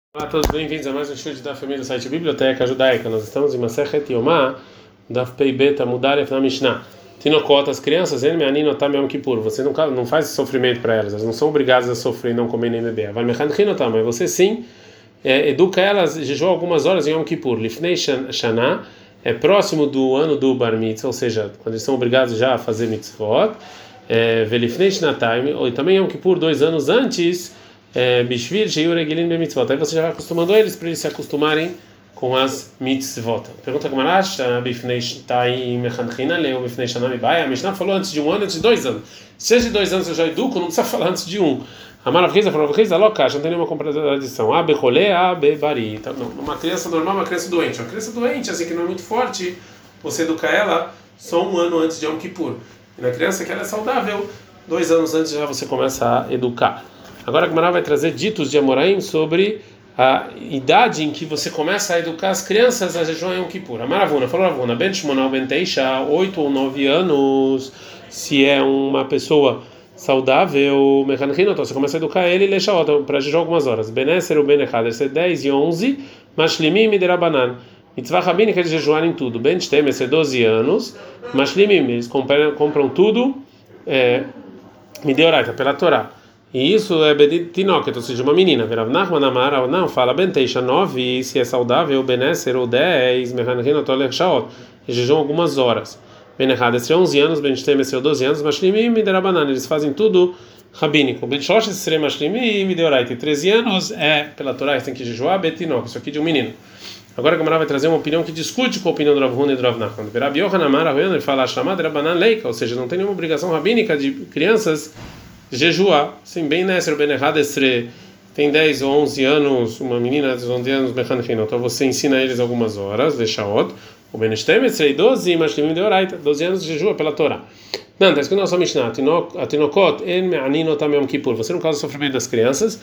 Olá a todos, bem-vindos a mais um show da família do site Biblioteca Judaica. Nós estamos em Masechet Yomá, Daf Pei Bet Amud Aleph na Mishnah. Tinokot, as crianças, En Me'anin Otam Yom Kippur. Você não faz sofrimento para elas não são obrigadas a sofrer, não comer nem beber. Vai Mechanchin Otam, mas você sim educa elas, jejua algumas horas em Yom Kippur. Lifnei Shana, é próximo do ano do Bar Mitzvah, ou seja, quando eles são obrigados já a fazer mitzvot. Velifnei Shnataim, ou também Yom Kippur 2 anos antes. Bishvil Sheyur Regilin Bemitzvot. Aí você já vai acostumando eles para eles se acostumarem com as mitzvot. Pergunta como a Mishnah falou antes de 1 ano, antes de 2 anos. Se de 2 anos eu já educo, não precisa falar antes de 1. A Maravriza falou que não tem nenhuma contradição. Becholé, bebari. Então, uma criança normal, uma criança doente. Uma criança doente, assim que não é muito forte, você educa ela só 1 ano antes de Yom Kippur. E na criança que ela é saudável, 2 anos antes já você começa a educar. Agora a Gemara vai trazer ditos de Amoraim sobre a idade em que você começa a educar as crianças a jejuar em Yom Kippur. A Maravuna falou: Ravuna, Ben Shmonah Ben Teisha, 8 ou 9 anos, se é uma pessoa saudável, Mechanchinoto, você começa a educar ele e Lechaot para jejuar algumas horas. Ben Eser ou Ben Echad, se é 10 e 11, Mashlimim e Derabanan. Mitzvah Rabini quer jejuar em tudo. Ben Shtem, se é 12 anos, Mashlimim, eles compram tudo, Mideoraita, pela Torá. E isso é Bedit Tinoket, ou seja, uma menina. Verav Nachman Amar, não, fala Ben Teisha 9, se é saudável, Ben Eser ou 10, Mechanchin Otolech Shaot, e jejum algumas horas. Ben Echad, esse é 11 anos, Ben Shtem, esse é 12 anos, Mashlimim e Derabanan, eles fazem tudo rabínico. Ben Shosh, esse seria Mashlimim e Deoraita, e 13 anos pela Torá, eles têm que jejuar, Betinok, isso aqui de um menino. Agora a Gemara vai trazer uma opinião que discute com a opinião do Rav Huna e do Rav Nachman. Verav Yochanan Amar, ele fala Shama Derabanan Leika, ou seja, não tem nenhuma obrigação rabínica de crianças jejuar, sim, bem Nesser, Ben Echad, tem 10 ou 11 anos, uma menina de 11 anos, então você ensina eles algumas horas, deixa outro. O Ben Shtem, 12, mas tem 12 anos de jejua pela Torá. Não, está escrito na nossa Mishnah, Atinokot, En Me'anin Otam Yom Kippur. Você não causa sofrimento das crianças,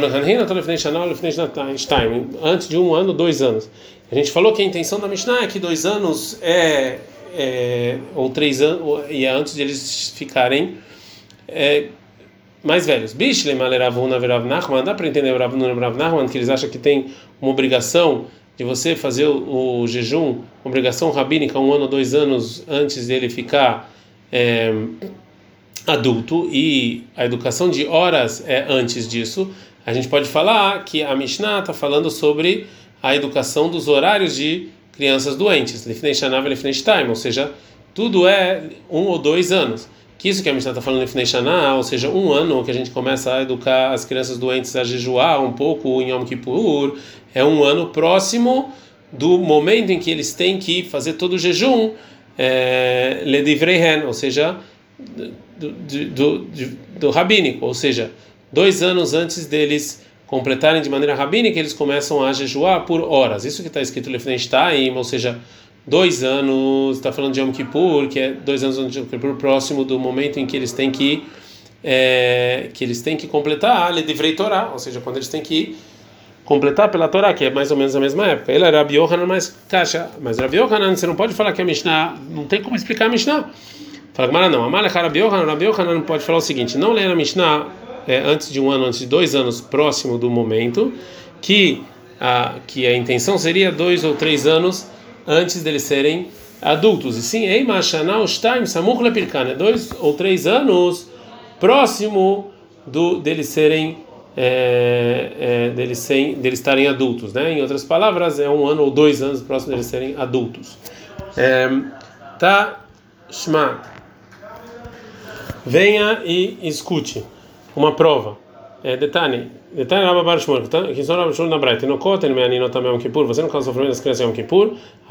antes de 1 ano, 2 anos. A gente falou que a intenção da Mishnah é que 2 anos ou 3 anos, e é antes de eles ficarem mais velhos. Bishlem Ravuna Verav Nachman, dá para entender o Rav Huna e o Rav Nachman que eles acham que tem uma obrigação de você fazer o jejum, uma obrigação rabínica 1 ano ou 2 anos antes dele ficar adulto, e a educação de horas é antes disso. A gente pode falar que a Mishnah está falando sobre a educação dos horários de crianças doentes, Lifnei Shana Velifnei Shtaim, ou seja, tudo é 1 ou 2 anos. Que isso que a Mishnah está falando em Lifnei Shana, ou seja, 1 ano que a gente começa a educar as crianças doentes a jejuar um pouco em Yom Kippur, é 1 ano próximo do momento em que eles têm que fazer todo o jejum, Ledivreihen, ou seja, do rabínico, ou seja, 2 anos antes deles completarem de maneira rabínica, eles começam a jejuar por horas. Isso que está escrito em Lifnei Shtaim, ou seja, 2 anos, está falando de Yom Kippur, que é 2 anos antes de Yom Kippur, próximo do momento em que eles têm que completar a Ledivrei Torá, ou seja, quando eles têm que completar pela Torá, que é mais ou menos a mesma época. Ele era Rabi Yochanan, mas Rabi Yochanan, você não pode falar que a Mishnah, não tem como explicar a Mishnah. Fala, mas não, Rabi Yochanan pode falar o seguinte: não ler a Mishnah antes de 1 ano, antes de 2 anos, próximo do momento, que a intenção seria 2 ou 3 anos antes deles serem adultos, e sim, Samuch Lepirkan, 2 ou 3 anos próximo deles serem deles estarem adultos, né? Em outras palavras, é 1 ano ou 2 anos próximo deles serem adultos. Shma, venha e escute uma prova. Detalhe Rabba Bar Shmuel, que são Rabba Shmuel na Braita, Tinokot En Me'anin Otam Yom Kippur, você não causa sofrimento das crianças em Yom Kippur,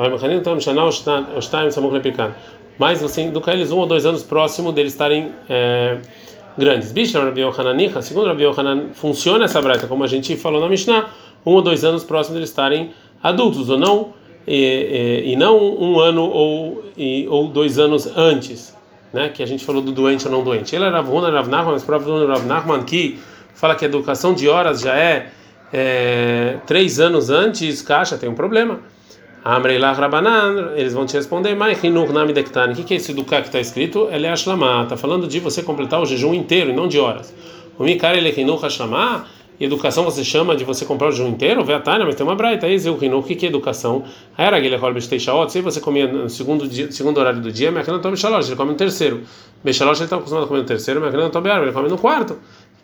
mas você educa eles 1 ou 2 anos próximo deles estarem grandes. Bishlam Rabbi Yochanan, segundo Rabbi Yochanan, funciona essa Braita, como a gente falou na Mishnah, 1 ou 2 anos próximo deles estarem adultos, ou não, e não 1 ano ou 2 anos antes, né, que a gente falou do doente ou não doente. Ele era Rav Huna, Rav Nachman, mas o próprio Rav Nachman que fala que a educação de horas já é 3 anos antes, caixa, tem um problema. Amreilach Rabanan, eles vão te responder, mas Hinur Nami Dektani, o que é esse educar que está escrito? Ele é Ashlamá, está falando de você completar o jejum inteiro e não de horas. O Mikar ele é Hinur Ashlamá, educação você chama de você comprar o jejum inteiro? Vê a Tânia, mas tem uma braita aí, o que é educação? A era ele rola besteixaot, se você comia no segundo horário do dia, minha não toma bechalosh, ele come no terceiro. Bechalosh ele está acostumado a comer no terceiro, minha não toma ele come no quarto.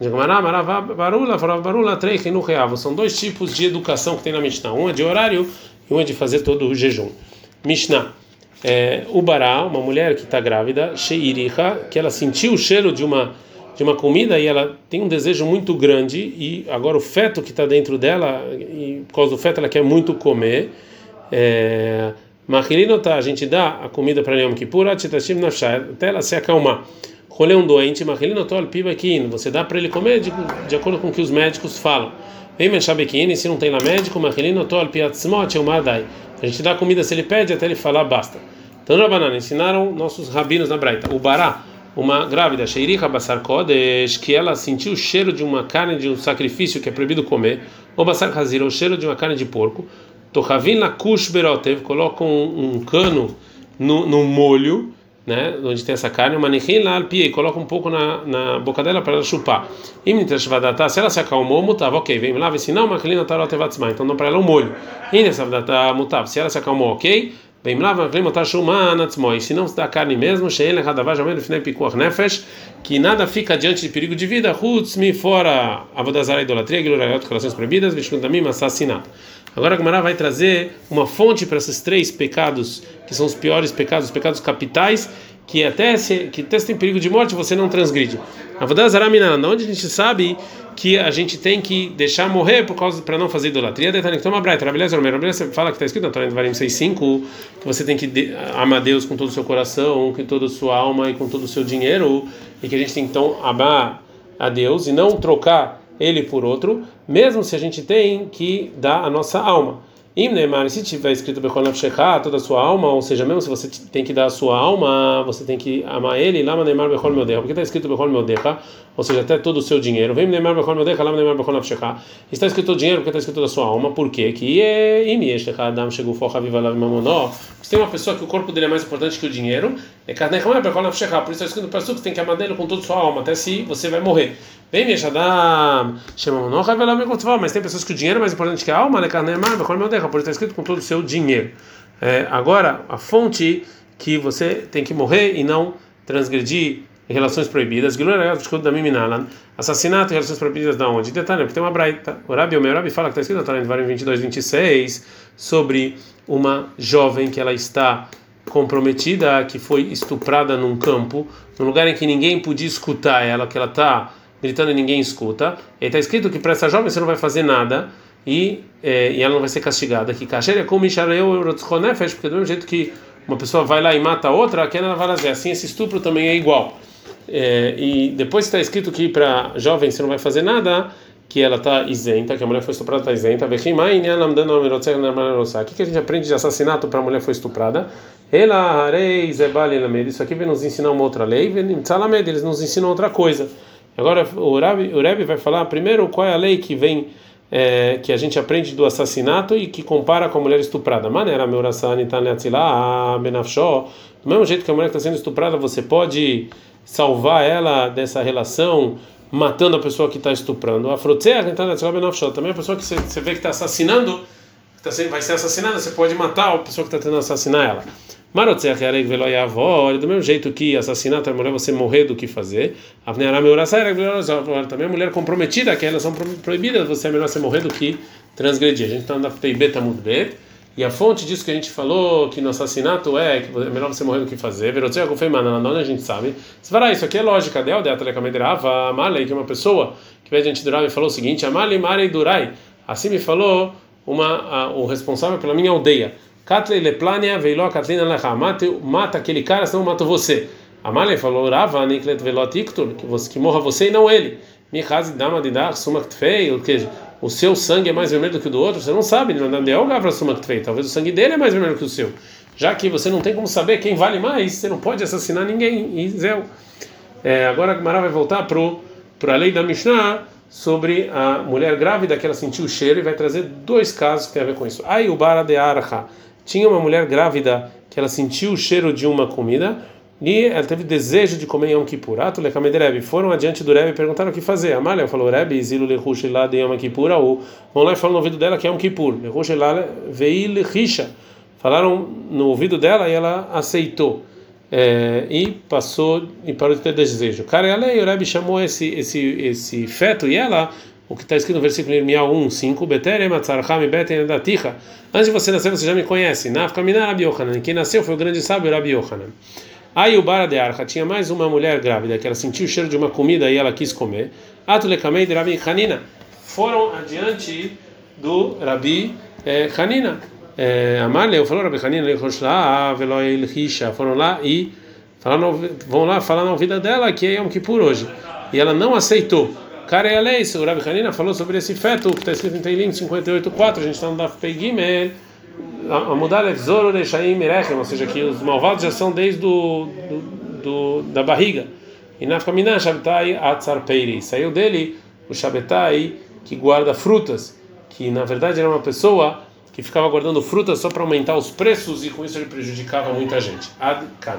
São dois tipos de educação que tem na Mishnah. Um é de horário e um é de fazer todo o jejum. Mishnah. O bará, uma mulher que está grávida, sheiricha, que ela sentiu o cheiro de uma comida e ela tem um desejo muito grande e agora o feto que está dentro dela, e por causa do feto ela quer muito comer. A gente dá a comida para Yom Kippur até ela se acalmar. Rolê um doente, você dá para ele comer de acordo com o que os médicos falam. Se não tem lá médico, a gente dá comida se ele pede até ele falar basta. Então, na banana, ensinaram nossos rabinos na Braita. O bará, uma grávida, sheiricha basar kodesh, que ela sentiu o cheiro de uma carne de um sacrifício que é proibido comer, ou basar hazir, o cheiro de uma carne de porco. Tochavin lakush berotev, colocam um cano no molho, né, onde tem essa carne, manichin lá alpia, e coloca um pouco na boca dela para ela chupar. Se ela se acalmou, mutava, ok, vem lá, se não, então dá para ela um molho. Mutava, se ela se acalmou, ok, vem lá, e se não se dá carne mesmo, que nada fica diante de perigo de vida, fora avodazara, idolatria, relações proibidas, assassinato. Agora a Gemara vai trazer uma fonte para esses três pecados, que são os piores pecados, os pecados capitais, que até se tem perigo de morte, você não transgride. Avodazara minana, onde a gente sabe que a gente tem que deixar morrer para não fazer idolatria. Detalhe que toma braita. Rabeleza fala que está escrito na Torá de Devarim 6:5 que você tem que amar Deus com todo o seu coração, com toda a sua alma e com todo o seu dinheiro, e que a gente tem que então amar a Deus e não trocar ele por outro, mesmo se a gente tem que dar a nossa alma. Se tiver escrito Bechol Nafshecha, toda a sua alma, ou seja, mesmo se você tem que dar a sua alma, você tem que amar ele, Lama Neymar Bechol Meodecha, porque está escrito Bechol Meodecha, ou seja, até todo o seu dinheiro. Vem Neymar Bechol Meodecha, Lama Neymar Bechol Nafshecha. Está escrito o dinheiro porque está escrito da sua alma, por quê? Que Adam chegou forra viva lá mamonó. Se tem uma pessoa que o corpo dele é mais importante que o dinheiro, por isso está escrito para você que tem que amar dele com toda a sua alma, até se você vai morrer. Vem Adam mas tem pessoas que o dinheiro é mais importante que a alma, por isso está escrito com todo o seu dinheiro. Agora, a fonte que você tem que morrer e não transgredir em relações proibidas, assassinato e relações proibidas da onde? Detalhe, porque tem uma braita. O Rabi fala que está escrito na Torá em Devarim 22:26 sobre uma jovem que ela está comprometida, que foi estuprada num campo, num lugar em que ninguém podia escutar ela, que ela está gritando e ninguém escuta. E está escrito que para essa jovem você não vai fazer nada e ela não vai ser castigada. Que porque do mesmo jeito que uma pessoa vai lá e mata a outra, assim esse estupro também é igual. E depois está escrito que para jovem você não vai fazer nada, que ela está isenta, que a mulher foi estuprada está isenta. O que a gente aprende de assassinato para a mulher foi estuprada? Isso aqui vem nos ensinar uma outra lei, eles nos ensinam outra coisa. Agora o Rebbe vai falar primeiro qual é a lei que vem, que a gente aprende do assassinato e que compara com a mulher estuprada. Do mesmo jeito que a mulher está sendo estuprada, você pode salvar ela dessa relação matando a pessoa que está estuprando. Também a pessoa que você vê que está assassinando, vai ser assassinada, você pode matar a pessoa que está tentando assassinar ela. Do mesmo jeito que assassinato é melhor você morrer do que fazer. Também a mulher comprometida, que elas são proibidas, você é melhor você morrer do que transgredir. A gente está andando Teibet Amud Bet, e a fonte disso que a gente falou que no assassinato é melhor você morrer do que fazer. A gente sabe. Isso aqui é lógica. Que é uma pessoa que veio diante do Rav e falou o seguinte: Amali Mari Durai. Assim me falou o responsável pela minha aldeia. Katlei leplania veiló katlina lecha. Mata aquele cara, senão mata você. Amalei falou: Rava niklet velot iktur, que morra você e não ele. Michazi dama de dar sumak tfei, ou seja, o seu sangue é mais vermelho do que o do outro. Você não sabe, talvez o sangue dele é mais vermelho que o seu. Já que você não tem como saber quem vale mais, você não pode assassinar ninguém. Agora a Gemara vai voltar para a lei da Mishnah sobre a mulher grávida que ela sentiu o cheiro e vai trazer dois casos que tem a ver com isso. Aí o bara de arha. Tinha uma mulher grávida que ela sentiu o cheiro de uma comida, E ela teve desejo de comer Yom Kippur. Foram adiante do Rebbe e perguntaram o que fazer. Amália falou: Rebbe, Zilu Lechush lá de Yom Kippur, ou vão lá e falam no ouvido dela que é Yom Kippur. Lechush lá veio Risha. Falaram no ouvido dela e ela aceitou. E passou e parou de ter desejo. Cara, ela e o Rebbe chamou esse feto e ela, o que está escrito no versículo Irmiá 1:5, Beterem atzarcham beten daticha. Antes de você nascer, você já me conhece. Nafka minar Rabi Yochanan. Quem nasceu foi o grande sábio Rabi Yochanan. Aí o Bara de Archa tinha mais uma mulher grávida que ela sentiu o cheiro de uma comida e ela quis comer. Atulekamei de Rabi Hanina. Foram adiante do Rabi Hanina. Amarle falou Rabi Hanina foram lá e vão lá falar na vida dela que é Yom Kippur hoje. E ela não aceitou. Cara, é isso. O Rabi Hanina falou sobre esse feto que está escrito em Teilim 58:4. A gente está no Daf Pei Gimel. A mudar é Zoro de Shaim Merechem, ou seja, que os malvados já são desde da barriga. E na Fkamina Shabtai Atzar Peiri, saiu dele o Shabetai que guarda frutas, que na verdade era uma pessoa que ficava guardando frutas só para aumentar os preços e com isso ele prejudicava muita gente. Ad Kan.